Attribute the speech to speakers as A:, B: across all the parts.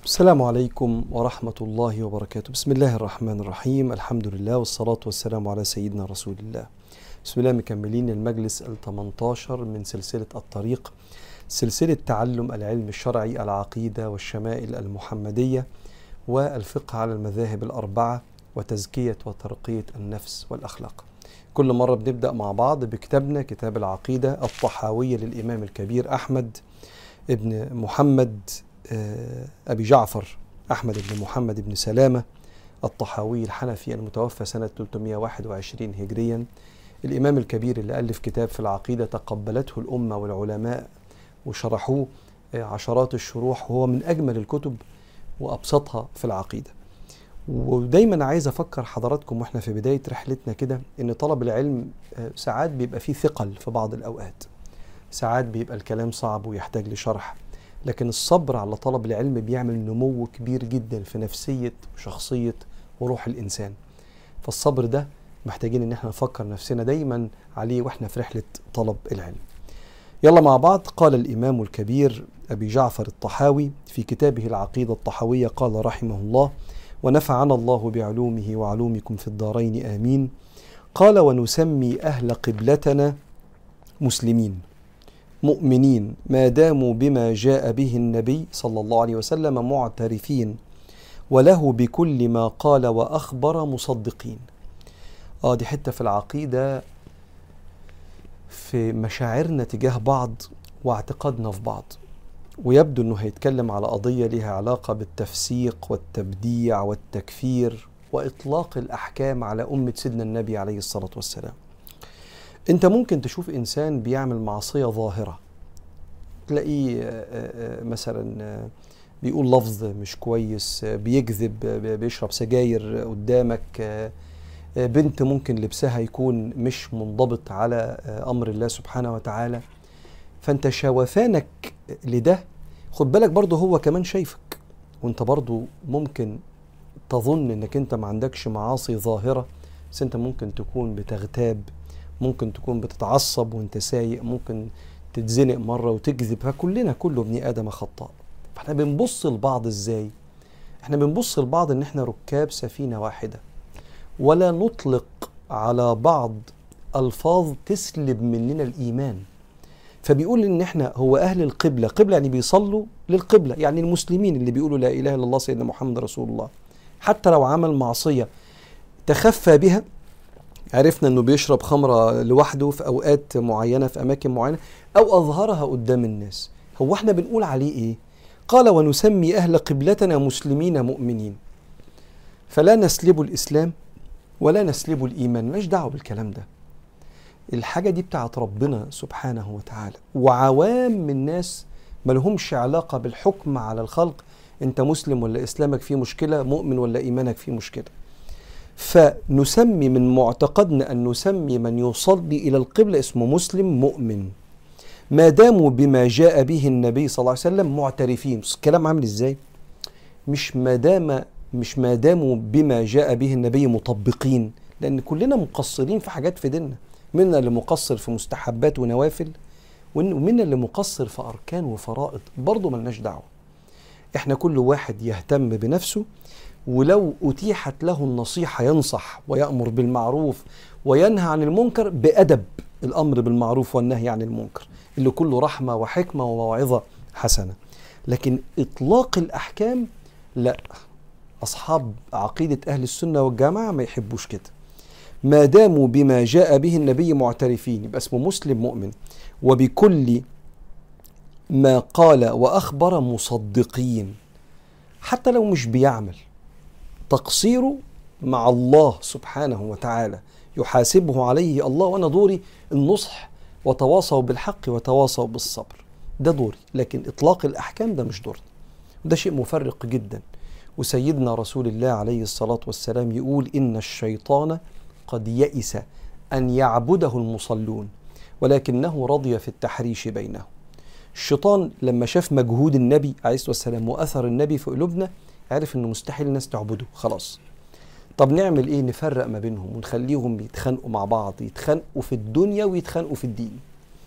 A: السلام عليكم ورحمة الله وبركاته. بسم الله الرحمن الرحيم. الحمد لله والصلاة والسلام على سيدنا رسول الله. بسم الله. مكملين المجلس ال18 من سلسلة الطريق، سلسلة تعلم العلم الشرعي، العقيدة والشمائل المحمدية والفقه على المذاهب الأربعة وتزكية وترقية النفس والأخلاق. كل مرة بنبدأ مع بعض بكتابنا كتاب العقيدة الطحاوية للإمام الكبير أحمد ابن محمد أبي جعفر أحمد بن محمد بن سلامة الطحاوي الحنفي المتوفى سنة 321 هجريا. الإمام الكبير اللي ألف كتاب في العقيدة تقبلته الأمة والعلماء وشرحوه عشرات الشروح، وهو من أجمل الكتب وأبسطها في العقيدة. ودايما عايز أفكر حضراتكم وإحنا في بداية رحلتنا كده إن طلب العلم ساعات بيبقى فيه ثقل في بعض الأوقات، ساعات بيبقى الكلام صعب ويحتاج لشرح، لكن الصبر على طلب العلم بيعمل نمو كبير جدا في نفسية وشخصية وروح الإنسان. فالصبر ده محتاجين إن احنا نفكر نفسنا دايما عليه وإحنا في رحلة طلب العلم. يلا مع بعض. قال الإمام الكبير أبي جعفر الطحاوي في كتابه العقيدة الطحاوية، قال رحمه الله ونفعنا الله بعلومه وعلومكم في الدارين آمين. قال ونسمي أهل قبلتنا مسلمين مؤمنين ما داموا بما جاء به النبي صلى الله عليه وسلم معترفين وله بكل ما قال وأخبر مصدقين. دي حتة في العقيدة في مشاعرنا تجاه بعض واعتقادنا في بعض، ويبدو أنه هيتكلم على قضية لها علاقة بالتفسيق والتبديع والتكفير وإطلاق الأحكام على أمة سيدنا النبي عليه الصلاة والسلام. انت ممكن تشوف انسان بيعمل معصية ظاهرة، تلاقيه مثلا بيقول لفظ مش كويس، بيكذب، بيشرب سجاير قدامك، بنت ممكن لبسها يكون مش منضبط على امر الله سبحانه وتعالى. فانت شوفانك لده خد بالك برضه هو كمان شايفك، وانت برضه ممكن تظن انك انت ما عندكش معاصي ظاهرة، بس انت ممكن تكون بتغتاب، ممكن تكون بتتعصب وانت سايق، ممكن تتزنق مرة وتكذب. فكلنا كله ابن آدم خطاء. فاحنا بنبص لبعض ازاي؟ احنا بنبص لبعض ان احنا ركاب سفينة واحدة، ولا نطلق على بعض ألفاظ تسلب مننا الإيمان. فبيقول ان احنا هو أهل القبلة، قبلة يعني بيصلوا للقبلة، يعني المسلمين اللي بيقولوا لا إله إلا الله سيدنا محمد رسول الله، حتى لو عمل معصية تخفى بها. عرفنا انه بيشرب خمرة لوحده في اوقات معينة في اماكن معينة او اظهرها قدام الناس، هو احنا بنقول عليه ايه؟ قال ونسمي اهل قبلتنا مسلمين مؤمنين، فلا نسلب الاسلام ولا نسلب الايمان، مالناش دعوة بالكلام ده. الحاجة دي بتاعت ربنا سبحانه وتعالى، وعوام الناس ملهمش علاقة بالحكم على الخلق، انت مسلم ولا اسلامك فيه مشكلة، مؤمن ولا ايمانك فيه مشكلة. فنسمي من معتقدنا أن نسمي من يصلي إلى القبلة اسمه مسلم مؤمن ما داموا بما جاء به النبي صلى الله عليه وسلم معترفين. الكلام عامل إزاي؟ مش ما داموا بما جاء به النبي مطبقين، لأن كلنا مقصرين في حاجات في ديننا، منا اللي مقصر في مستحبات ونوافل، ومنا اللي مقصر في أركان وفرائض، برضه ملناش دعوة. إحنا كل واحد يهتم بنفسه، ولو أتيحت له النصيحة ينصح ويأمر بالمعروف وينهى عن المنكر بأدب، الأمر بالمعروف والنهي عن المنكر اللي كله رحمة وحكمة وموعظة حسنة. لكن إطلاق الأحكام لا، أصحاب عقيدة أهل السنة والجماعة ما يحبوش كده. ما داموا بما جاء به النبي معترفين يبقى اسمه مسلم مؤمن، وبكل ما قال وأخبر مصدقين، حتى لو مش بيعمل، تقصيره مع الله سبحانه وتعالى يحاسبه عليه الله، وأنا دوري النصح وتواصوا بالحق وتواصوا بالصبر، ده دوري. لكن إطلاق الأحكام ده مش دورنا، وده شيء مفرق جدا. وسيدنا رسول الله عليه الصلاة والسلام يقول إن الشيطان قد يئس أن يعبده المصلون ولكنه رضي في التحريش بينهم. الشيطان لما شاف مجهود النبي عليه الصلاة والسلام وأثر النبي في قلوبنا عارف إنه مستحيل الناس تعبده خلاص. طب نعمل إيه؟ نفرق ما بينهم ونخليهم يتخانقوا مع بعض، يتخانقوا في الدنيا ويتخانقوا في الدين،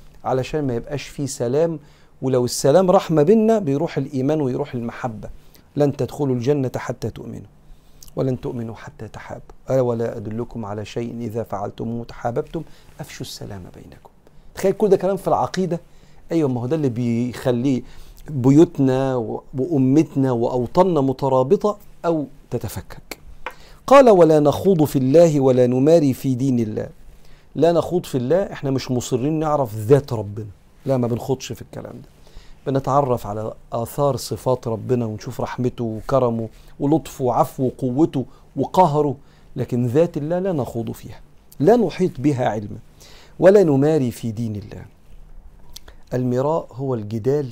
A: علشان ما يبقاش فيه سلام. ولو السلام راح ما بيننا بيروح الإيمان ويروح المحبة. لن تدخلوا الجنة حتى تؤمنوا ولن تؤمنوا حتى تحابوا ألا ولا أدلكم على شيء إذا فعلتموه تحاببتم أفشوا السلام بينكم. تخيل كل ده كلام في العقيدة. أيوة، ما هو ده اللي بيخليه بيوتنا وأمتنا وأوطاننا مترابطة أو تتفكك. قال ولا نخوض في الله ولا نماري في دين الله. لا نخوض في الله، احنا مش مصرين نعرف ذات ربنا، لا ما بنخوضش في الكلام ده. بنتعرف على آثار صفات ربنا ونشوف رحمته وكرمه ولطفه وعفوه وقوته وقهره، لكن ذات الله لا نخوض فيها، لا نحيط بها علما، ولا نماري في دين الله. المراء هو الجدال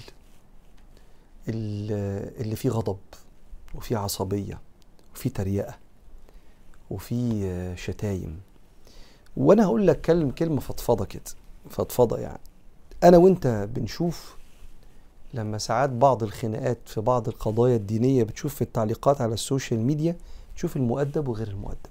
A: اللي فيه غضب وفيه عصبية وفيه تريقة وفيه شتايم. وانا هقول لك كلمة فضفضة كده، فضفضة يعني. انا وانت بنشوف لما ساعات بعض الخناقات في بعض القضايا الدينية بتشوف في التعليقات على السوشيال ميديا، تشوف المؤدب وغير المؤدب.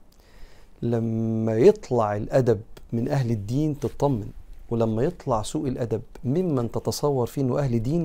A: لما يطلع الأدب من أهل الدين تطمن، ولما يطلع سوء الأدب ممن تتصور فيه أنه أهل دين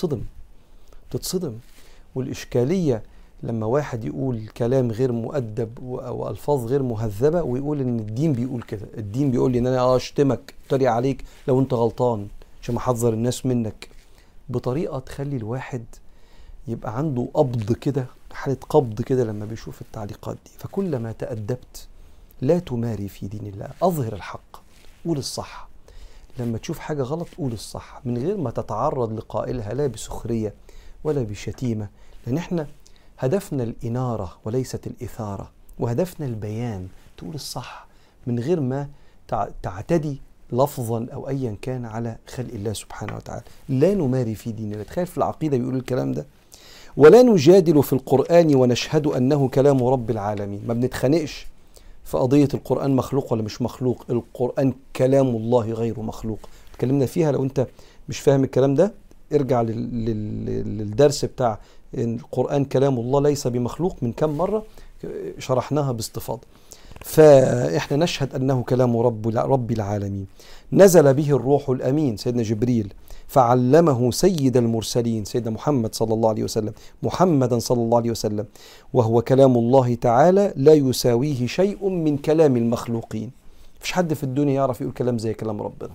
A: تتصدم. والإشكالية لما واحد يقول كلام غير مؤدب وألفاظ غير مهذبة ويقول إن الدين بيقول كده، الدين بيقول لي إن أنا أشتمك أتريق عليك لو أنت غلطان عشان أحذر الناس منك، بطريقة تخلي الواحد يبقى عنده قبض كده، حالة قبض كده لما بيشوف التعليقات دي. فكلما تأدبت لا تماري في دين الله، أظهر الحق، قول الصح. لما تشوف حاجة غلط قول الصح من غير ما تتعرض لقائلها لا بسخرية ولا بشتيمة، لأن احنا هدفنا الإنارة وليست الإثارة، وهدفنا البيان. تقول الصح من غير ما تعتدي لفظا أو أيا كان على خلق الله سبحانه وتعالى. لا نماري في دين الله. تخيل في العقيدة بيقول الكلام ده. ولا نجادل في القرآن ونشهد أنه كلام رب العالمين. ما بنتخانقش في قضية القرآن مخلوق ولا مش مخلوق، القرآن كلام الله غير مخلوق. اتكلمنا فيها، لو انت مش فاهم الكلام ده ارجع للدرس بتاع القرآن كلام الله ليس بمخلوق من كم مرة شرحناها باستفاضة. فإحنا نشهد أنه كلام رب العالمين، نزل به الروح الأمين سيدنا جبريل، فعلمه سيد المرسلين سيدنا محمد صلى الله عليه وسلم، محمدا صلى الله عليه وسلم، وهو كلام الله تعالى لا يساويه شيء من كلام المخلوقين. مفيش حد في الدنيا يعرف يقول كلام زي كلام ربنا.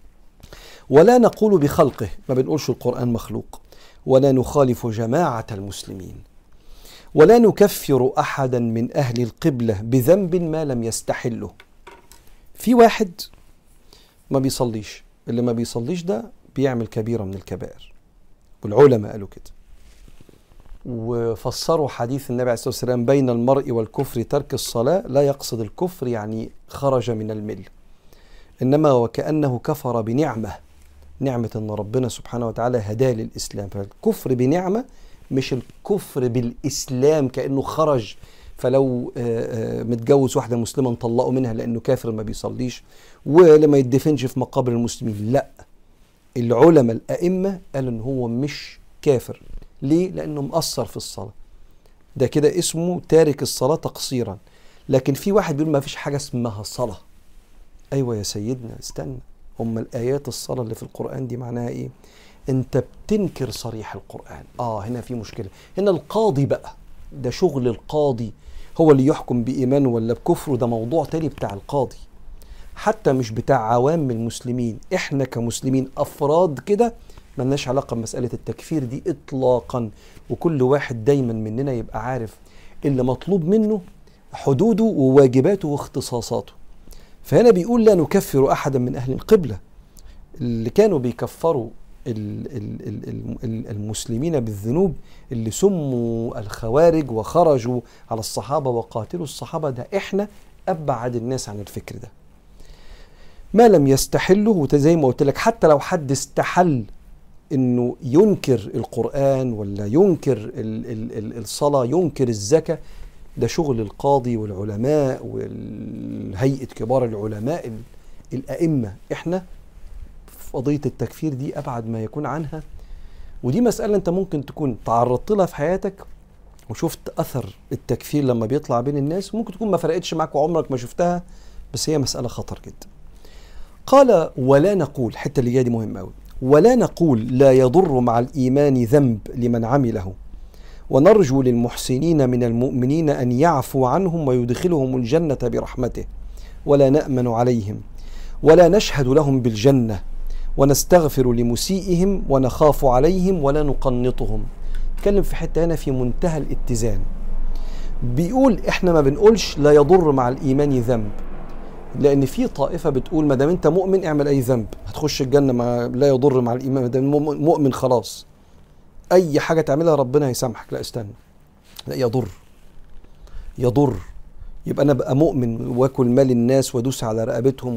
A: ولا نقول بخلقه، ما بنقولش القرآن مخلوق، ولا نخالف جماعة المسلمين، ولا نكفر أحدا من أهل القبلة بذنب ما لم يستحله. في واحد ما بيصليش، اللي ما بيصليش ده بيعمل كبيرة من الكبائر، والعلماء قالوا كده، وفسروا حديث النبي عليه الصلاة والسلام بين المرء والكفر ترك الصلاة، لا يقصد الكفر يعني خرج من المل، إنما وكأنه كفر بنعمة، نعمة أن ربنا سبحانه وتعالى هداه للإسلام. فالكفر بنعمة، مش الكفر بالإسلام كأنه خرج، فلو متجوز واحدة مسلمة نطلقه منها لأنه كافر ما بيصليش ولما يدفنش في مقابر المسلمين. لا، العلماء الأئمة قالوا إن هو مش كافر. ليه؟ لأنه مقصر في الصلاة، ده كده اسمه تارك الصلاة تقصيرا. لكن في واحد بيقول ما فيش حاجة اسمها صلاة. أيوة يا سيدنا استنى، هم الآيات الصلاة اللي في القرآن دي معناها إيه؟ أنت بتنكر صريح القرآن. هنا في مشكلة. هنا القاضي بقى، ده شغل القاضي، هو اللي يحكم بإيمانه ولا بكفره، ده موضوع تاني بتاع القاضي، حتى مش بتاع عوام المسلمين. احنا كمسلمين أفراد كده ملناش علاقة بمسألة التكفير دي إطلاقا. وكل واحد دايما مننا يبقى عارف اللي مطلوب منه حدوده وواجباته واختصاصاته. فهنا بيقول لا نكفر أحدا من أهل القبلة. اللي كانوا بيكفروا المسلمين بالذنوب اللي سموا الخوارج وخرجوا على الصحابة وقاتلوا الصحابة، ده احنا أبعد الناس عن الفكر ده. ما لم يستحله، وزي ما قلت لك حتى لو حد استحل انه ينكر القرآن ولا ينكر الصلاة، ينكر الزكاة، ده شغل القاضي والعلماء والهيئة كبار العلماء الأئمة. احنا في قضية التكفير دي أبعد ما يكون عنها. ودي مسألة أنت ممكن تكون تعرضت لها في حياتك وشفت أثر التكفير لما بيطلع بين الناس، ممكن تكون ما فرقتش معك وعمرك ما شفتها، بس هي مسألة خطر جدا. قال ولا نقول، حتى اللي جاي دي مهمة أوي، ولا نقول لا يضر مع الإيمان ذنب لمن عمله، ونرجو للمحسنين من المؤمنين أن يعفو عنهم ويدخلهم الجنة برحمته ولا نأمن عليهم ولا نشهد لهم بالجنة ونستغفر لمسيئهم ونخاف عليهم ولا نقنطهم. اتكلم في حتة هنا في منتهى الاتزان، بيقول احنا ما بنقولش لا يضر مع الإيمان ذنب، لأن في طائفة بتقول ما دام أنت مؤمن اعمل أي ذنب هتخش الجنة، ما لا يضر مع الإيمان، ما دام مؤمن خلاص أي حاجة تعملها ربنا هيسامحك. لا استنى، لا يضر، يضر. يبقى أنا بقى مؤمن واكل مال الناس وادوس على رقبتهم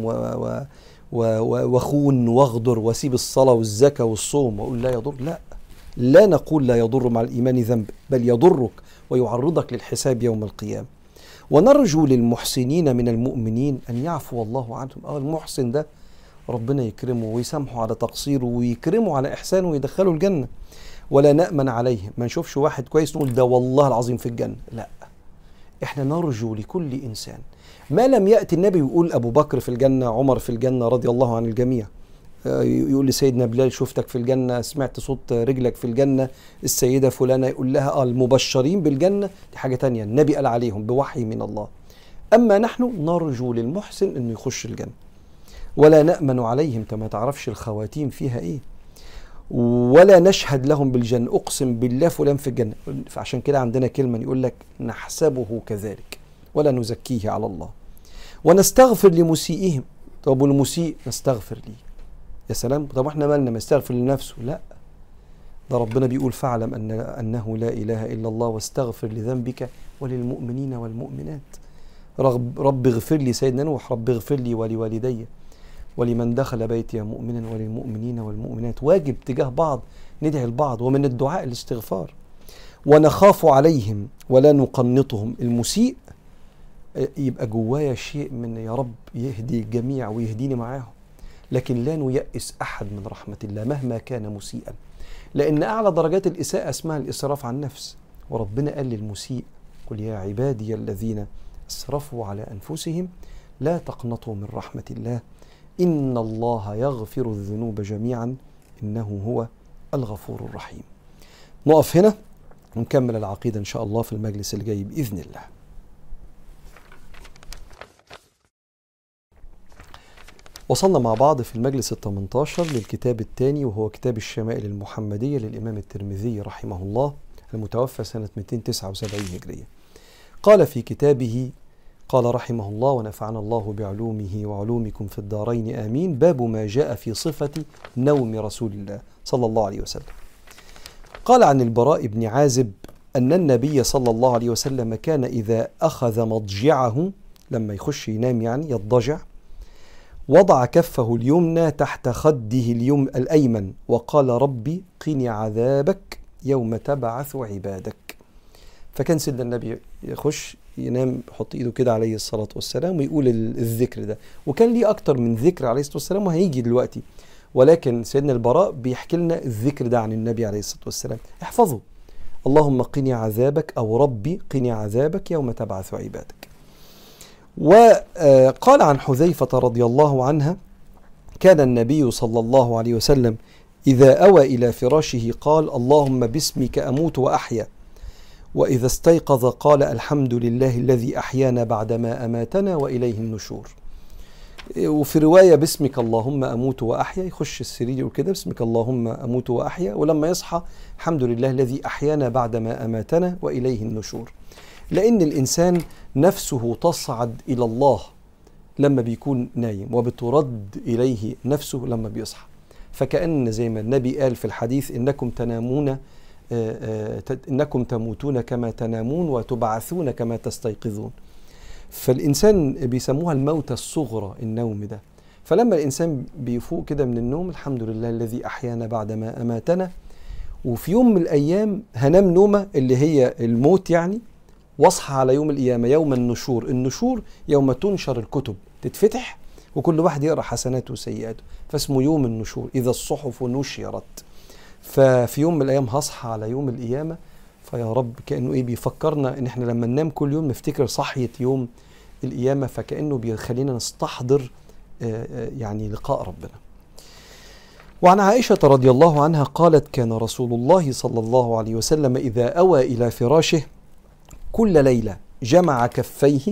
A: وخون واغدر واسيب الصلاة والزكاة والصوم واقول لا يضر؟ لا، لا نقول لا يضر مع الإيمان ذنب، بل يضرك ويعرضك للحساب يوم القيامة. ونرجو للمحسنين من المؤمنين أن يعفو الله عنهم. المحسن ده ربنا يكرمه ويسامحه على تقصيره ويكرمه على إحسانه ويدخله الجنة. ولا نأمن عليه، ما نشوفش واحد كويس نقول ده والله العظيم في الجنة، لا، احنا نرجو لكل إنسان ما لم يأتي النبي يقول أبو بكر في الجنة، عمر في الجنة رضي الله عن الجميع، يقول لسيدنا بلال شفتك في الجنة، سمعت صوت رجلك في الجنة، السيدة فلانة يقول لها المبشرين بالجنة، دي حاجة تانية النبي قال عليهم بوحي من الله. أما نحن نرجو للمحسن أنه يخش الجنة. ولا نأمن عليهم، انت ما تعرفش الخواتيم فيها ايه. ولا نشهد لهم بالجنة، أقسم بالله فلان في الجنة. فعشان كده عندنا كلمة يقول لك نحسبه كذلك ولا نزكيه على الله. ونستغفر لمسيئهم، طب والمسيء نستغفر ليه. يا سلام، طب احنا مالنا، ما يستغفر لنفسه؟ لا، ده ربنا بيقول فاعلم أنه لا إله إلا الله واستغفر لذنبك وللمؤمنين والمؤمنات. رب اغفر لي، سيدنا نوح رب اغفر لي ولوالدي ولمن دخل بيتي مؤمنا وللمؤمنين والمؤمنات. واجب تجاه بعض ندعي البعض، ومن الدعاء الاستغفار. ونخاف عليهم ولا نقنطهم. المسيء يبقى جوايا شيء من يا رب يهدي الجميع ويهديني معاهم، لكن لا نيأس أحد من رحمة الله مهما كان مسيئا، لأن أعلى درجات الإساءة اسمها الإسراف عن النفس. وربنا قال للمسيء قل يا عبادي الذين اسرفوا على أنفسهم لا تقنطوا من رحمة الله إن الله يغفر الذنوب جميعا إنه هو الغفور الرحيم. نقف هنا ونكمل العقيدة إن شاء الله في المجلس الجاي بإذن الله. وصلنا مع بعض في المجلس 18 للكتاب الثاني، وهو كتاب الشمائل المحمدية للإمام الترمذي رحمه الله المتوفى سنة 279 هجرية. قال في كتابه، قال رحمه الله ونفعنا الله بعلومه وعلومكم في الدارين آمين، باب ما جاء في صفة نوم رسول الله صلى الله عليه وسلم. قال عن البراء بن عازب أن النبي صلى الله عليه وسلم كان إذا أخذ مضجعه، لما يخش ينام يعني يضجع، وضع كفه اليمنى تحت خده الأيمن وقال ربي قني عذابك يوم تبعث عبادك. فكان سيدنا النبي يخش ينام يحط ايده كده عليه الصلاة والسلام ويقول الذكر ده، وكان ليه أكتر من ذكر عليه الصلاة والسلام وهيجي دلوقتي، ولكن سيدنا البراء بيحكي لنا الذكر ده عن النبي عليه الصلاة والسلام. احفظوا، اللهم قني عذابك أو ربي قني عذابك يوم تبعث عبادك. وقال عن حذيفة رضي الله عنها كان النبي صلى الله عليه وسلم إذا أوى إلى فراشه قال اللهم باسمك أموت وأحيا، وإذا استيقظ قال الحمد لله الذي أحيانا بعدما أماتنا وإليه النشور. وفي رواية باسمك اللهم أموت وأحيا، يخش السرير وكده باسمك اللهم أموت وأحيا، ولما يصحى الحمد لله الذي أحيانا بعدما أماتنا وإليه النشور. لأن الإنسان نفسه تصعد إلى الله لما بيكون نايم، وبترد إليه نفسه لما بيصحى. فكأن زي ما النبي قال في الحديث إنكم تموتون كما تنامون وتبعثون كما تستيقظون. فالإنسان بيسموها الموتى الصغرى النوم ده. فلما الإنسان بيفوق كده من النوم الحمد لله الذي أحيانا بعدما أماتنا، وفي يوم من الأيام هنام نومة اللي هي الموت يعني، واصحى على يوم القيامة يوم النشور. النشور يوم تنشر الكتب، تتفتح وكل واحد يقرأ حسناته وسيئاته، فاسمه يوم النشور إذا الصحف نشرت. ففي يوم من الأيام هصحى على يوم القيامة، فيا رب كأنه بيفكرنا إن إحنا لما ننام كل يوم نفتكر صحية يوم القيامة، فكأنه بيخلينا نستحضر يعني لقاء ربنا. وعن عائشة رضي الله عنها قالت: كان رسول الله صلى الله عليه وسلم إذا أوى إلى فراشه كل ليلة جمع كفيه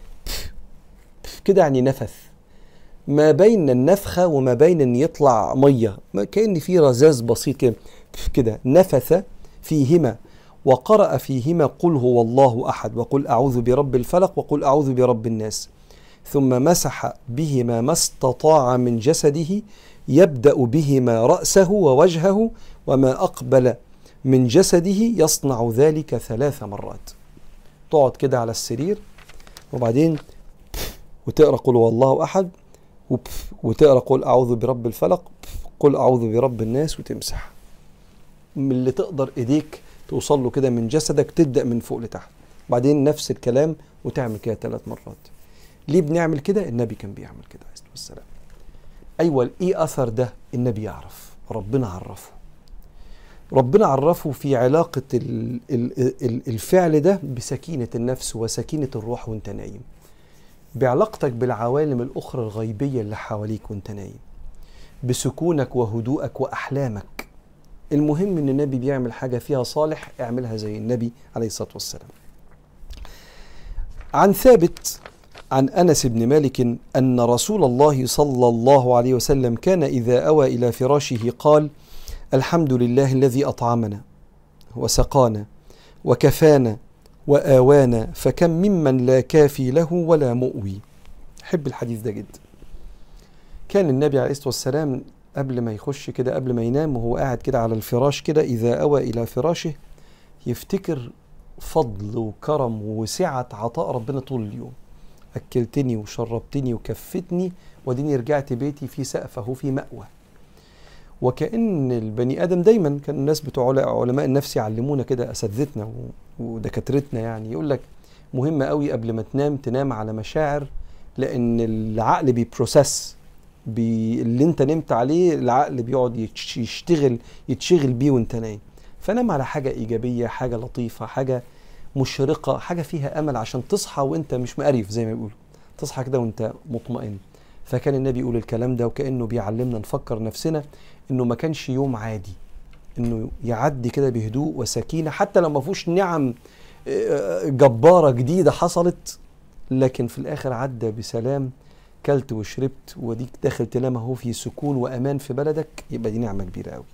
A: كده، يعني نفث ما بين النفخة وما بين أن يطلع مية، كأن في رذاذ بسيط كده، نفث فيهما وقرأ فيهما قل هو الله أحد وقل أعوذ برب الفلق وقل أعوذ برب الناس، ثم مسح بهما ما استطاع من جسده، يبدأ بهما رأسه ووجهه وما أقبل من جسده، يصنع ذلك 3 مرات. تقعد كده على السرير وبعدين وتقرأ قل هو الله أحد، وتقرأ قل أعوذ برب الفلق، قل أعوذ برب الناس، وتمسح من اللي تقدر إيديك توصل له كده من جسدك، تبدأ من فوق لتحت، بعدين نفس الكلام وتعمل كده 3 مرات. ليه بنعمل كده؟ النبي كان بيعمل كده عليه الصلاة والسلام. أيوة، إيه أثر ده؟ النبي يعرف، ربنا عرفه في علاقة الفعل ده بسكينة النفس وسكينة الروح وانت نايم، بعلاقتك بالعوالم الأخرى الغيبية اللي حواليك وانت نايم، بسكونك وهدوءك وأحلامك. المهم ان النبي بيعمل حاجة فيها صالح، اعملها زي النبي عليه الصلاة والسلام. عن ثابت عن أنس بن مالك أن رسول الله صلى الله عليه وسلم كان إذا أوى إلى فراشه قال: الحمد لله الذي أطعمنا وسقانا وكفانا وآوانا، فكم ممن لا كافي له ولا مؤوي. أحب الحديث ده جدا. كان النبي عليه الصلاة والسلام قبل ما يخش كده، قبل ما ينام وهو قاعد كده على الفراش كده، إذا أوى إلى فراشه يفتكر فضل وكرم وسعة عطاء ربنا طول اليوم. أكلتني وشربتني وكفتني وديني رجعت بيتي في سقفه في مأوى. وكأن البني آدم دايما، كان الناس بتوع علماء النفس يعلمونا كده، أساتذتنا ودكاترتنا يعني، يقول لك مهم قوي قبل ما تنام على مشاعر، لأن العقل بيبروسس اللي انت نمت عليه، العقل بيقعد يتشغل بيه وانت نايم. فنام على حاجة إيجابية، حاجة لطيفة، حاجة مشرقة، حاجة فيها أمل، عشان تصحى وانت مش مقريف زي ما بيقولوا، تصحى كده وانت مطمئن. فكان النبي يقول الكلام ده، وكأنه بيعلمنا نفكر نفسنا انه ما كانش يوم عادي، انه يعدي كده بهدوء وسكينة، حتى لو ما فيهوش نعم جبارة جديدة حصلت، لكن في الآخر عدى بسلام. كلت وشربت وديك داخل تنام اهو في سكون وأمان في بلدك، يبقى دي نعمة كبيرة قوي.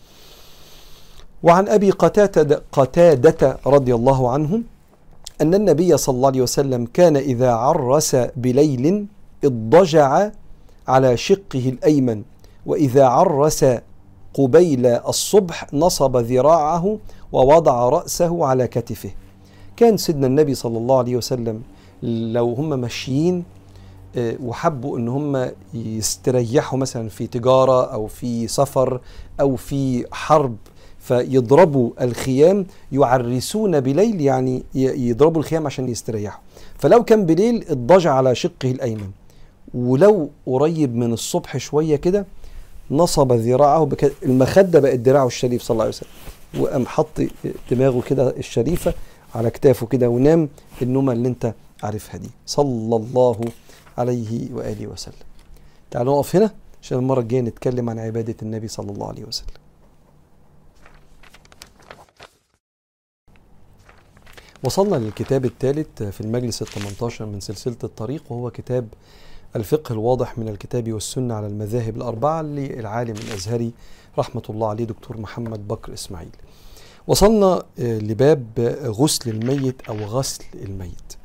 A: وعن أبي قتادة رضي الله عنه أن النبي صلى الله عليه وسلم كان إذا عرس بليل اضطجع على شقه الأيمن، وإذا عرس قبيل الصبح نصب ذراعه ووضع رأسه على كتفه. كان سيدنا النبي صلى الله عليه وسلم لو هم ماشيين وحبوا ان هم يستريحوا مثلا في تجارة او في سفر او في حرب، فيضربوا الخيام، يعرسون بليل يعني يضربوا الخيام عشان يستريحوا. فلو كان بليل اضطجع على شقه الأيمن، ولو قريب من الصبح شوية كده نصب ذراعه المخدة بقت دراعه الشريف صلى الله عليه وسلم، وقام حط دماغه كده الشريفة على كتافه كده ونام النومة اللي انت عارفها دي، صلى الله عليه وآله وسلم. تعالوا نقف هنا عشان المرة الجاية نتكلم عن عبادة النبي صلى الله عليه وسلم. وصلنا للكتاب الثالث في المجلس ال18 من سلسلة الطريق، وهو كتاب الفقه الواضح من الكتاب والسنة على المذاهب الأربعة للعالم الأزهري رحمة الله عليه دكتور محمد بكر إسماعيل. وصلنا لباب غسل الميت أو غسل الميت.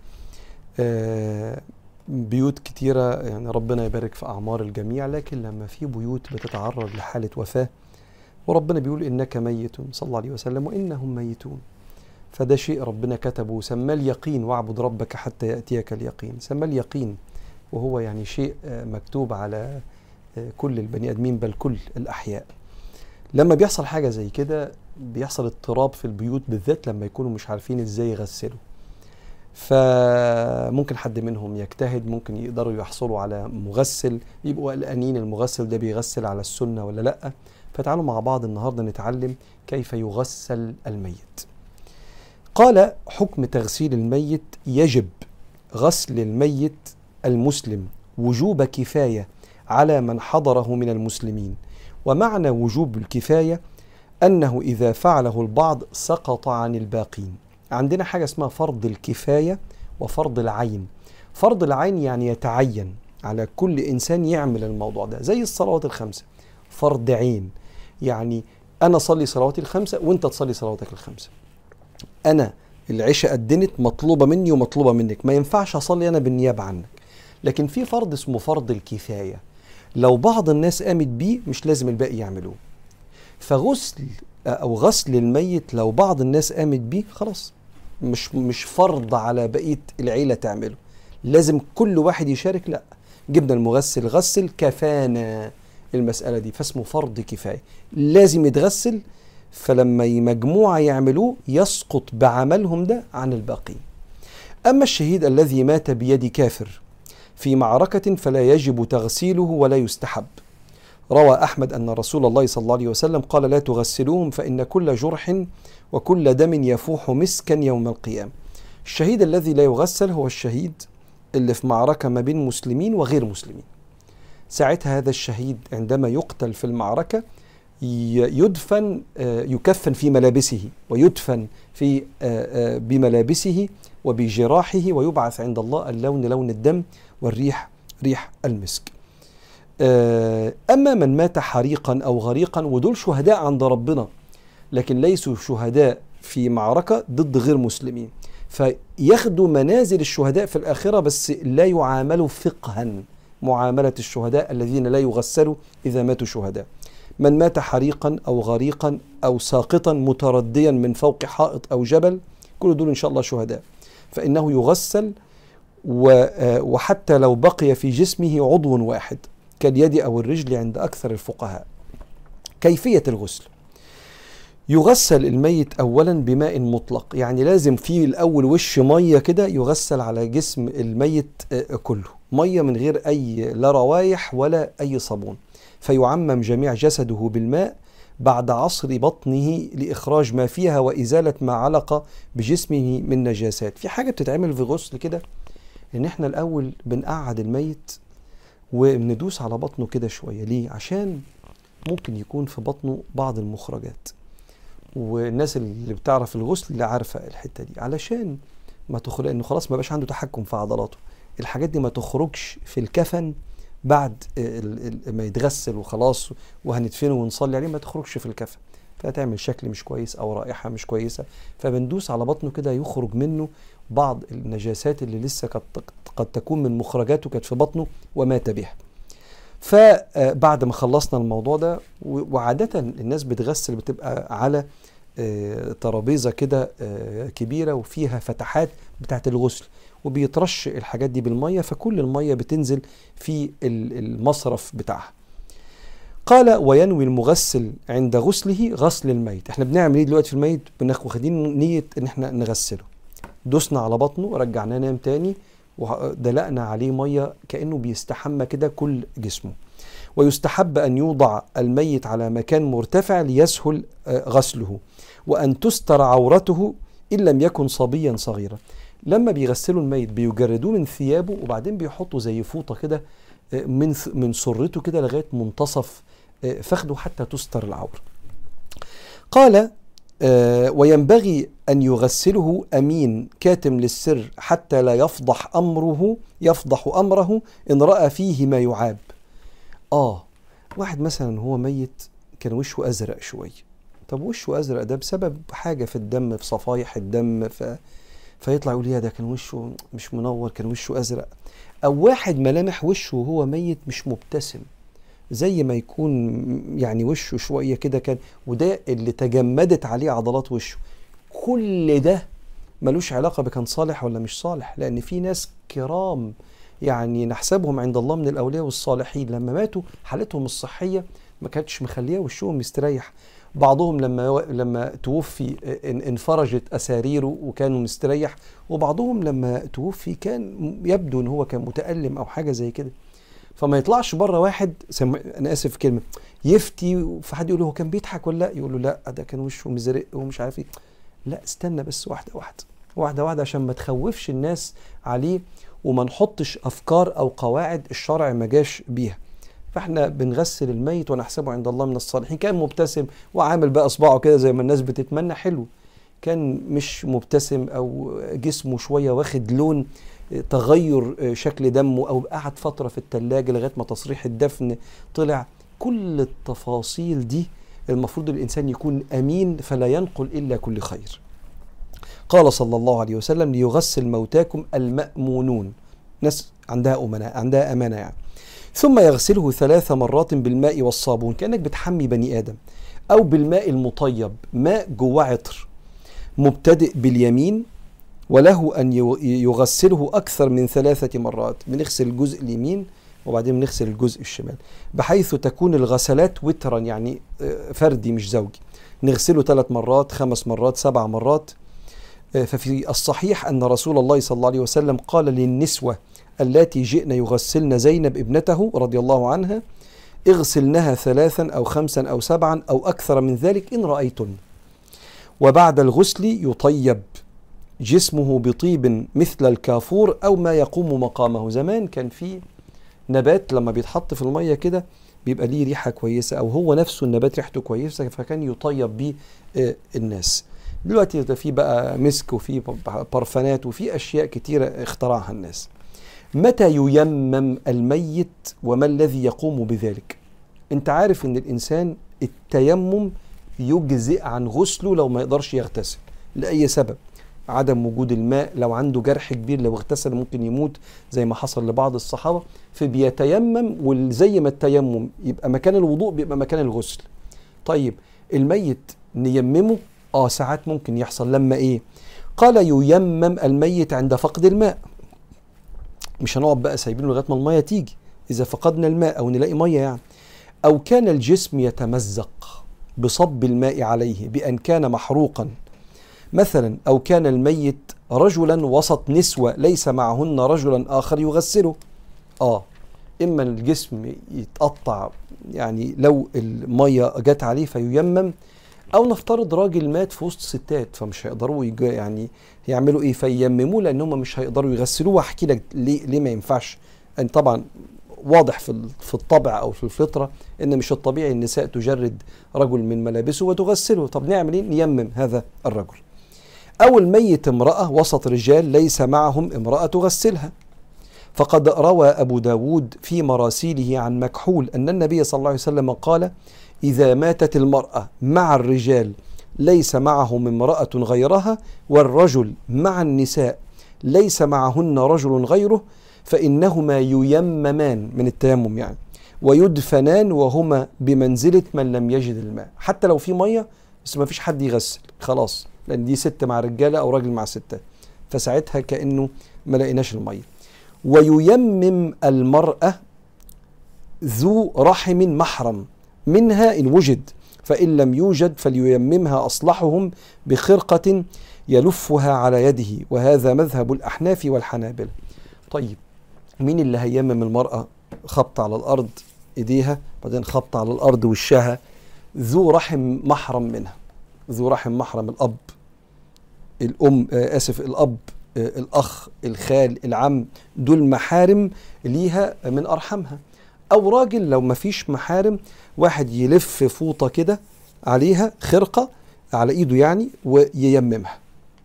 A: بيوت كتيرة يعني ربنا يبارك في أعمار الجميع، لكن لما في بيوت بتتعرض لحالة وفاة وربنا بيقول إنك ميت صلى الله عليه وسلم وإنهم ميتون، فده شيء ربنا كتبه وسماه اليقين، واعبد ربك حتى يأتيك اليقين، سماه اليقين، وهو يعني شيء مكتوب على كل البني آدمين بل كل الأحياء. لما بيحصل حاجة زي كده بيحصل اضطراب في البيوت، بالذات لما يكونوا مش عارفين ازاي يغسلوا، فممكن حد منهم يجتهد، ممكن يقدروا يحصلوا على مغسل، يبقوا قلقانين المغسل ده بيغسل على السنة ولا لأ. فتعالوا مع بعض النهاردة نتعلم كيف يغسل الميت. قال: حكم تغسيل الميت: يجب غسل الميت المسلم وجوب كفاية على من حضره من المسلمين، ومعنى وجوب الكفاية أنه إذا فعله البعض سقط عن الباقين. عندنا حاجة اسمها فرض الكفاية وفرض العين. فرض العين يعني يتعين على كل إنسان يعمل الموضوع ده، زي الصلوات الخمسة. فرض عين يعني أنا أصلي صلواتي الخمسة وأنت تصلي صلواتك الخمسة. أنا العشاء أدنت مطلوبة مني ومطلوبة منك، ما ينفعش أصلي أنا بالنيابة عنك. لكن في فرض اسمه فرض الكفاية، لو بعض الناس قامت بيه مش لازم الباقي يعملوه. فغسل أو غسل الميت لو بعض الناس قامت بيه خلاص مش فرض على بقية العيلة تعمله، لازم كل واحد يشارك. لا، جبنا المغسل غسل كفانا المسألة دي، فاسمه فرض كفاية، لازم يتغسل. فلما مجموعة يعملوه يسقط بعملهم ده عن الباقين. أما الشهيد الذي مات بيد كافر في معركة فلا يجب تغسيله ولا يستحب. روى أحمد أن رسول الله صلى الله عليه وسلم قال: لا تغسلوهم فإن كل جرح وكل دم يفوح مسكا يوم القيامة. الشهيد الذي لا يغسل هو الشهيد اللي في معركة ما بين مسلمين وغير مسلمين. ساعتها هذا الشهيد عندما يقتل في المعركة يدفن، يكفن في ملابسه ويدفن في بملابسه وبجراحه، ويبعث عند الله اللون لون الدم والريح ريح المسك. أما من مات حريقا أو غريقا ودول شهداء عند ربنا لكن ليسوا شهداء في معركة ضد غير مسلمين، فياخدوا منازل الشهداء في الآخرة بس لا يعاملوا فقها معاملة الشهداء الذين لا يغسلوا إذا ماتوا شهداء. من مات حريقا أو غريقا أو ساقطا مترديا من فوق حائط أو جبل، كل دول إن شاء الله شهداء، فإنه يغسل وحتى لو بقي في جسمه عضو واحد كاليد أو الرجل عند أكثر الفقهاء. كيفية الغسل: يغسل الميت أولا بماء مطلق، يعني لازم فيه الأول وش مية كده يغسل على جسم الميت كله، مية من غير أي لا روايح ولا أي صابون، فيعمم جميع جسده بالماء بعد عصر بطنه لإخراج ما فيها وإزالة ما علق بجسمه من نجاسات. في حاجة بتتعمل في غسل كده، إن إحنا الأول بنقعد الميت وبندوس على بطنه كده شوية. ليه؟ عشان ممكن يكون في بطنه بعض المخرجات، والناس اللي بتعرف الغسل اللي عارفة الحتة دي، علشان ما تخرج، لأنه خلاص ما بقاش عنده تحكم في عضلاته، الحاجات دي ما تخرجش في الكفن بعد ما يتغسل وخلاص وهندفنه ونصلي عليه، ما تخرجش في الكفن فتعمل شكل مش كويس أو رائحة مش كويسة. فبندوس على بطنه كده يخرج منه بعض النجاسات اللي لسه قد تكون من مخرجاته كانت في بطنه ومات بها. فبعد ما خلصنا الموضوع ده، وعادة الناس بتغسل بتبقى على ترابيزة كده كبيرة وفيها فتحات بتاعت الغسل، وبيترش الحاجات دي بالمية، فكل المية بتنزل في المصرف بتاعها. قال: وينوي المغسل عند غسله غسل الميت. احنا بنعمل ايه دلوقتي في الميت؟ واخدين نية ان احنا نغسله، دوسنا على بطنه رجعناه نام تاني ودلقنا عليه مية كأنه بيستحمى كده كل جسمه. ويستحب أن يوضع الميت على مكان مرتفع ليسهل غسله، وأن تستر عورته إن لم يكن صبيا صغيرا. لما بيغسلوا الميت بيجردوه من ثيابه وبعدين بيحطوا زي فوطة كده من سرته كده لغاية منتصف فخده حتى تستر العورة. قال: وينبغي أن يغسله أمين كاتم للسر حتى لا يفضح أمره إن رأى فيه ما يعاب. واحد مثلا هو ميت كان وشه أزرق شوية، طب وشه أزرق ده بسبب حاجة في الدم، في صفائح الدم، فيطلع يقول يا ده كان وشه مش منور، كان وشه أزرق. أو واحد ملامح وشه وهو ميت مش مبتسم، زي ما يكون يعني وشه شوية كده كان، وده اللي تجمدت عليه عضلات وشه. كل ده ملوش علاقة بكان صالح ولا مش صالح، لأن في ناس كرام يعني نحسبهم عند الله من الأولياء والصالحين لما ماتوا حالتهم الصحية ما كانتش مخليه وشهم مستريح. بعضهم لما توفي انفرجت أساريره وكانوا مستريح، وبعضهم لما توفي كان يبدو ان هو كان متألم أو حاجة زي كده. فما يطلعش بره واحد، أنا آسف في كلمة، يفتي فحد يقول له هو كان بيضحك ولا لا، يقول له لا ده كان وشه مزرق ومش عارف ايه. لا، استنى بس واحدة عشان ما تخوفش الناس عليه وما نحطش أفكار أو قواعد الشرع ما جاش بيها. فاحنا بنغسل الميت ونحسبه عند الله من الصالحين. كان مبتسم وعامل بقى اصبعه كده زي ما الناس بتتمنى، حلو. كان مش مبتسم او جسمه شويه واخد لون تغير شكل دمه، او قعد فتره في الثلاجه لغايه ما تصريح الدفن طلع. كل التفاصيل دي المفروض الانسان يكون امين فلا ينقل الا كل خير. قال صلى الله عليه وسلم: ليغسل موتاكم المأمونون، ناس عندها أمانة، عندها أمانة يعني. ثم يغسله 3 مرات بالماء والصابون، كأنك بتحمي بني آدم، أو بالماء المطيب، ماء جواه عطر، مبتدئ باليمين، وله أن يغسله أكثر من 3 مرات. بنغسل الجزء اليمين وبعدين بنغسل الجزء الشمال، بحيث تكون الغسلات وترا، يعني فردي مش زوجي. نغسله 3 مرات، 5 مرات، 7 مرات. ففي الصحيح أن رسول الله صلى الله عليه وسلم قال للنسوة التي جئن يغسلن زينب ابنته رضي الله عنها: اغسلنها 3 أو 5 أو 7 أو أكثر من ذلك إن رأيتن. وبعد الغسل يطيب جسمه بطيب مثل الكافور أو ما يقوم مقامه. زمان كان في نبات لما بيتحط في المية كده بيبقى ليه ريحة كويسة، أو هو نفسه النبات ريحته كويسة، فكان يطيب به الناس. دلوقتي ده في بقى مسك وفي برفانات وفي أشياء كتيرة اخترعها الناس. متى ييمم الميت وما الذي يقوم بذلك؟ انت عارف ان الإنسان التيمم يجزئ عن غسله لو ما يقدرش يغتسل لأي سبب، عدم وجود الماء، لو عنده جرح كبير لو اغتسل ممكن يموت زي ما حصل لبعض الصحابة، فبيتيمم، وزي ما التيمم يبقى مكان الوضوء بيبقى مكان الغسل. طيب الميت نيممه؟ ساعات ممكن يحصل. لما ايه؟ قال: ييمم الميت عند فقد الماء. مش هنقعد بقى سايبينه لغايه ما الميه تيجي، اذا فقدنا الماء او نلاقي ميه يعني. او كان الجسم يتمزق بصب الماء عليه بان كان محروقا مثلا، او كان الميت رجلا وسط نسوة ليس معهن رجلا اخر يغسله. اما الجسم يتقطع يعني لو الميه جت عليه فييمم، او نفترض راجل مات في وسط ستات فمش هيقدروا يعني يعملوا ايه فييمموه، لان هم مش هيقدروا يغسلوه. واحكي لك ليه ما ينفعش. ان طبعا واضح في الطبع او في الفطره ان مش الطبيعي النساء تجرد رجل من ملابسه وتغسله. طب نعمل ايه؟ نيمم هذا الرجل. او الميت امراه وسط رجال ليس معهم امراه تغسلها. فقد روى ابو داود في مراسيله عن مكحول ان النبي صلى الله عليه وسلم قال: إذا ماتت المرأة مع الرجال ليس معهم امرأة غيرها، والرجل مع النساء ليس معهن رجل غيره، فإنهما ييممان من التيمم يعني، ويدفنان وهما بمنزلة من لم يجد الماء. حتى لو في مية بس ما فيش حد يغسل خلاص، لأن دي ست مع رجالة أو راجل مع ستات، فساعتها كأنه ما لقيناش المية. وييمم المرأة ذو رحم محرم منها إن وجد، فإن لم يوجد فلييممها أصلحهم بخرقة يلفها على يده، وهذا مذهب الأحناف والحنابلة. طيب مين اللي هيمم المرأة؟ خبط على الأرض إيديها، بعدين خبط على الأرض وشها. ذو رحم محرم منها، ذو رحم محرم، الأب، الأم، الأب، الأخ، الخال، العم، دول محارم ليها من أرحمها. أو راجل لو ما فيش محارم، واحد يلف فوطة كده عليها خرقة على إيده يعني وييممها.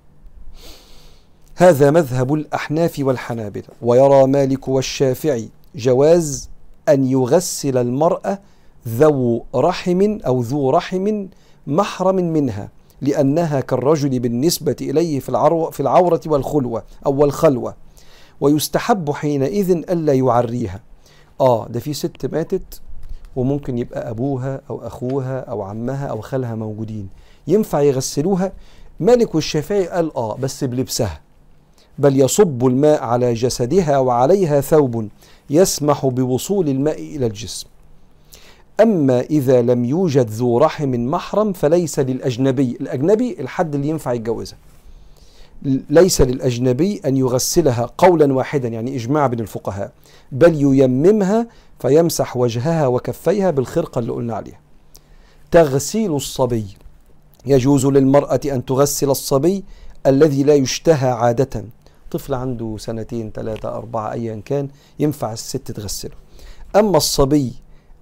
A: هذا مذهب الأحناف والحنابلة. ويرى مالك والشافعي جواز أن يغسل المرأة ذو رحم أو ذو رحم محرم منها، لأنها كالرجل بالنسبة إليه في العورة والخلوة أو الخلوة، ويستحب حينئذ ألا يعريها. ده في ست ماتت وممكن يبقى أبوها أو أخوها أو عمها أو خالها موجودين، ينفع يغسلوها؟ مالك والشافعي قال بس بلبسها، بل يصب الماء على جسدها وعليها ثوب يسمح بوصول الماء إلى الجسم. أما إذا لم يوجد ذو رحم محرم فليس للأجنبي، الأجنبي الحد اللي ينفع يتجوزها، ليس للأجنبي أن يغسلها قولا واحدا، يعني إجماع بين الفقهاء، بل ييممها فيمسح وجهها وكفيها بالخرقة اللي قلنا عليها. تغسيل الصبي: يجوز للمرأة أن تغسل الصبي الذي لا يشتهى عادة، طفل عنده 2 3 4 أيا كان ينفع الست تغسله. أما الصبي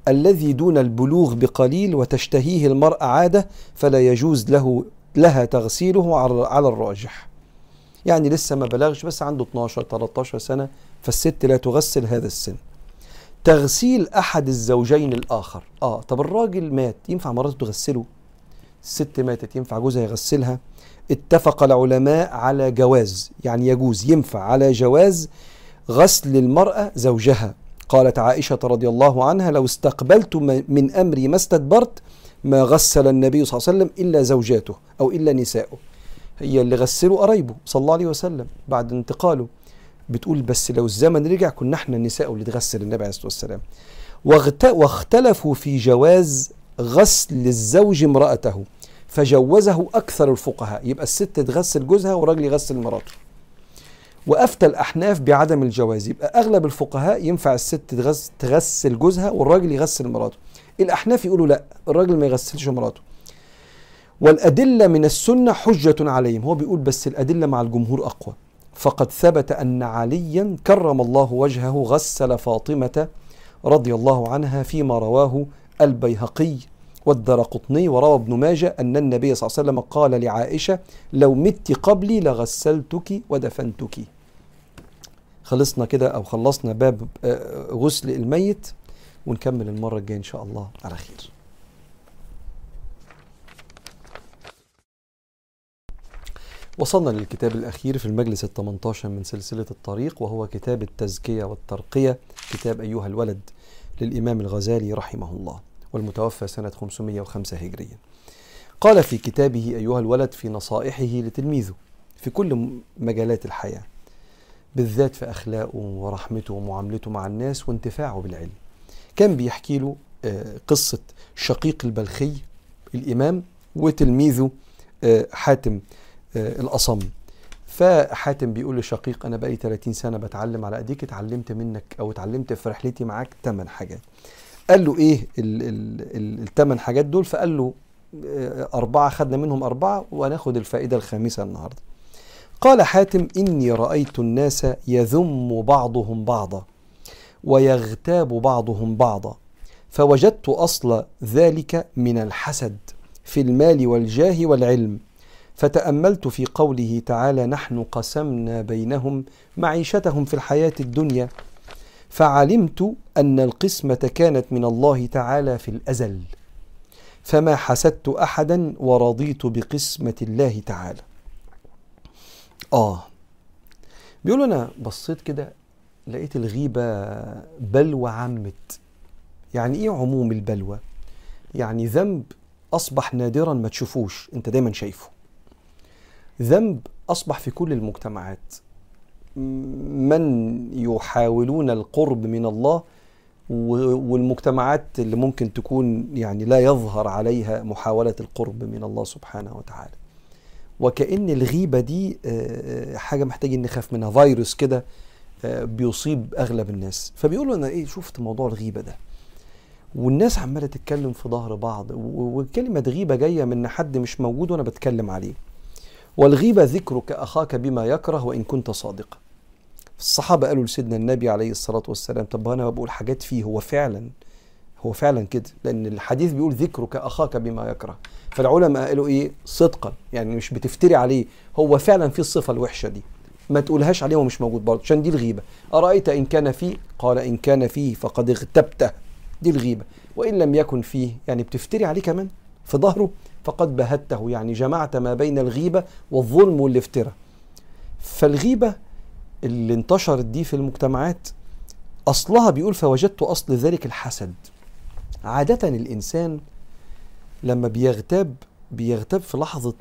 A: الذي دون البلوغ بقليل وتشتهيه المرأة عادة فلا يجوز لها تغسيله على الراجح. يعني لسه ما بلغش بس عنده 12 13 سنة، فالست لا تغسل هذا السن. تغسيل أحد الزوجين الآخر، طب الراجل مات ينفع مراته تغسله؟ الست ماتت ينفع جوزها يغسلها؟ اتفق العلماء على جواز، يعني يجوز، ينفع على جواز غسل المرأة زوجها. قالت عائشة رضي الله عنها: لو استقبلت من أمري ما استدبرت ما غسل النبي صلى الله عليه وسلم إلا زوجاته أو إلا نساؤه. هي اللي غسلوا قرايبه صلى الله عليه وسلم بعد انتقاله. بتقول بس لو الزمن رجع كنا احنا النساء اللي تغسل النبي عليه الصلاة والسلام. واختلفوا في جواز غسل الزوج امرأته، فجوزه أكثر الفقهاء، يبقى الست تغسل جوزها والراجل يغسل مراته. وأفتى الأحناف بعدم الجواز، يبقى أغلب الفقهاء ينفع الست تغسل جوزها والراجل يغسل مراته. الأحناف يقولوا لا، الراجل ما يغسلش مراته. والأدلة من السنة حجة عليهم. هو بيقول بس الأدلة مع الجمهور أقوى. فقد ثبت أن عليا كرم الله وجهه غسل فاطمة رضي الله عنها فيما رواه البيهقي والدرقطني، وروى ابن ماجه أن النبي صلى الله عليه وسلم قال لعائشة: لو مت قبلي لغسلتك ودفنتك. خلصنا كده أو خلصنا باب غسل الميت، ونكمل المرة الجاية إن شاء الله على خير. وصلنا للكتاب الأخير في المجلس 18 من سلسلة الطريق، وهو كتاب التزكية والترقية، كتاب أيها الولد للإمام الغزالي رحمه الله، والمتوفى سنة 505 هجريا. قال في كتابه أيها الولد في نصائحه لتلميذه في كل مجالات الحياة، بالذات في أخلاقه ورحمته ومعاملته مع الناس وانتفاعه بالعلم. كان بيحكي له قصة شقيق البلخي الإمام وتلميذه حاتم الأصم. فحاتم بيقول لشقيق: أنا بقالي 30 سنة بتعلم على أيديك، اتعلمت منك أو اتعلمت في رحلتي معاك 8 حاجات. قال له: إيه ال8 حاجات دول؟ فقال له: 4، خدنا منهم 4 وناخد الفائدة الخامسة النهاردة. قال حاتم: إني رأيت الناس يذم بعضهم بعضا ويغتاب بعضهم بعضا، فوجدت أصل ذلك من الحسد في المال والجاه والعلم، فتأملت في قوله تعالى: نحن قسمنا بينهم معيشتهم في الحياة الدنيا، فعلمت أن القسمة كانت من الله تعالى في الأزل، فما حسدت أحدا ورضيت بقسمة الله تعالى. بيقولوا أنا بصيت كده لقيت الغيبة بلوى عمت. يعني إيه عموم البلوى؟ يعني ذنب أصبح نادرا ما تشوفوش، أنت دايما شايفه. ذنب أصبح في كل المجتمعات، من يحاولون القرب من الله، والمجتمعات اللي ممكن تكون يعني لا يظهر عليها محاولة القرب من الله سبحانه وتعالى. وكأن الغيبة دي حاجة محتاجين نخاف منها، فيروس كده بيصيب أغلب الناس. فبيقولوا أنا شفت موضوع الغيبة ده، والناس عمالة تتكلم في ظهر بعض، وكلمة غيبة جاية من حد مش موجود وأنا بتكلم عليه. والغيبة ذكرك أخاك بما يكره وإن كنت صادقا. الصحابة قالوا لسيدنا النبي عليه الصلاة والسلام: طب أنا بقول حاجات فيه، هو فعلا كده، لأن الحديث بيقول ذكرك أخاك بما يكره. فالعلماء قالوا صدقا، يعني مش بتفتري عليه، هو فعلا في الصفة الوحشة دي، ما تقولهاش عليه ومش موجود برضه، عشان دي الغيبة. أرأيت إن كان فيه؟ قال: إن كان فيه فقد اغتبته، دي الغيبة. وإن لم يكن فيه، يعني بتفتري عليه كمان في ظهره، فقد بهته، يعني جمعت ما بين الغيبة والظلم والافتراء. فالغيبة اللي انتشرت دي في المجتمعات أصلها بيقول: فوجدت أصل ذلك الحسد. عادة الإنسان لما بيغتاب في لحظة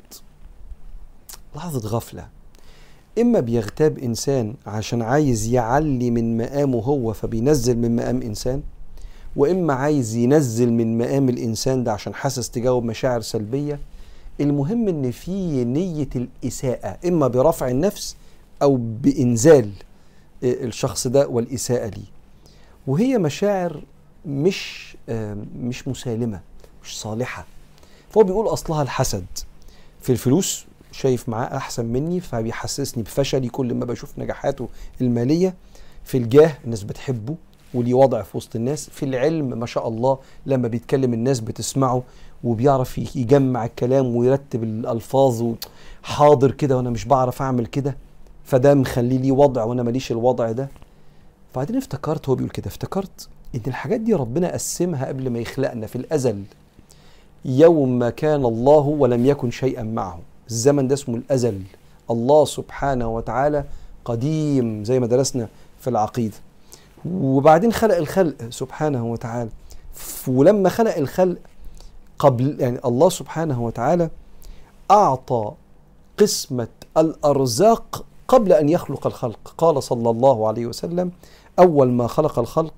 A: غفلة. إما بيغتاب إنسان عشان عايز يعلي من مقامه هو فبينزل من مقام إنسان، وإما عايز ينزل من مقام الإنسان ده عشان حاسس تجاوب مشاعر سلبية. المهم إن في نية الإساءة، إما برفع النفس أو بإنزال الشخص ده والإساءة ليه، وهي مشاعر مش مسالمة، مش صالحة. فهو بيقول أصلها الحسد. في الفلوس شايف معاه أحسن مني فبيحسسني بفشلي كل ما بشوف نجاحاته المالية. في الجاه الناس بتحبه، وليه وضع في وسط الناس. في العلم ما شاء الله لما بيتكلم الناس بتسمعه، وبيعرف يجمع الكلام ويرتب الألفاظ، حاضر كده وأنا مش بعرف أعمل كده، فده مخلي لي وضع وأنا ماليش الوضع ده. بعدين افتكرت، هو بيقول كده، افتكرت إن الحاجات دي ربنا قسمها قبل ما يخلقنا في الأزل. يوم ما كان الله ولم يكن شيئا معه، الزمن ده اسمه الأزل. الله سبحانه وتعالى قديم زي ما درسنا في العقيدة، وبعدين خلق الخلق سبحانه وتعالى. ولما خلق الخلق قبل، يعني الله سبحانه وتعالى أعطى قسمة الأرزاق قبل أن يخلق الخلق. قال صلى الله عليه وسلم: أول ما خلق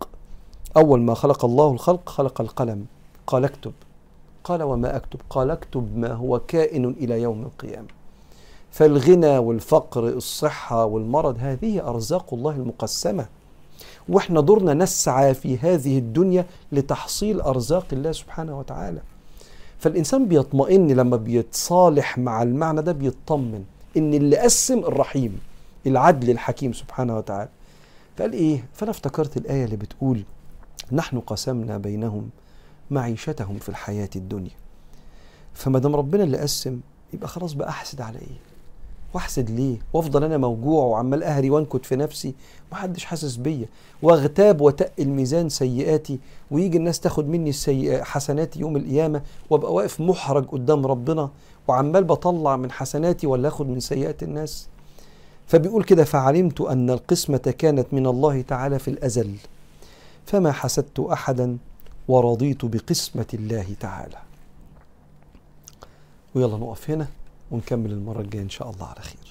A: الله الخلق خلق القلم، قال اكتب. قال وما أكتب؟ قال اكتب ما هو كائن إلى يوم القيامة. فالغنى والفقر، الصحة والمرض، هذه أرزاق الله المقسمة، وإحنا دورنا نسعى في هذه الدنيا لتحصيل أرزاق الله سبحانه وتعالى. فالإنسان بيطمئن لما بيتصالح مع المعنى ده، بيطمن إن اللي قسم الرحيم العدل الحكيم سبحانه وتعالى. فقال إيه؟ فأنا افتكرت الآية اللي بتقول: نحن قسمنا بينهم معيشتهم في الحياة الدنيا. فما دام ربنا اللي قسم، يبقى خلاص بقى أحسد على إيه؟ واحسد ليه؟ وافضل انا موجوع وعمال اهري وانكت في نفسي ومحدش حاسس بيا، واغتاب وتقل ميزان سيئاتي، ويجي الناس تاخد مني حسناتي يوم القيامة، وابقى واقف محرج قدام ربنا وعمال بطلع من حسناتي ولا اخد من سيئات الناس. فبيقول كده: فعلمت ان القسمة كانت من الله تعالى في الازل، فما حسدت احدا ورضيت بقسمة الله تعالى. ويلا نقف هنا ونكمل المرة الجاية إن شاء الله على خير.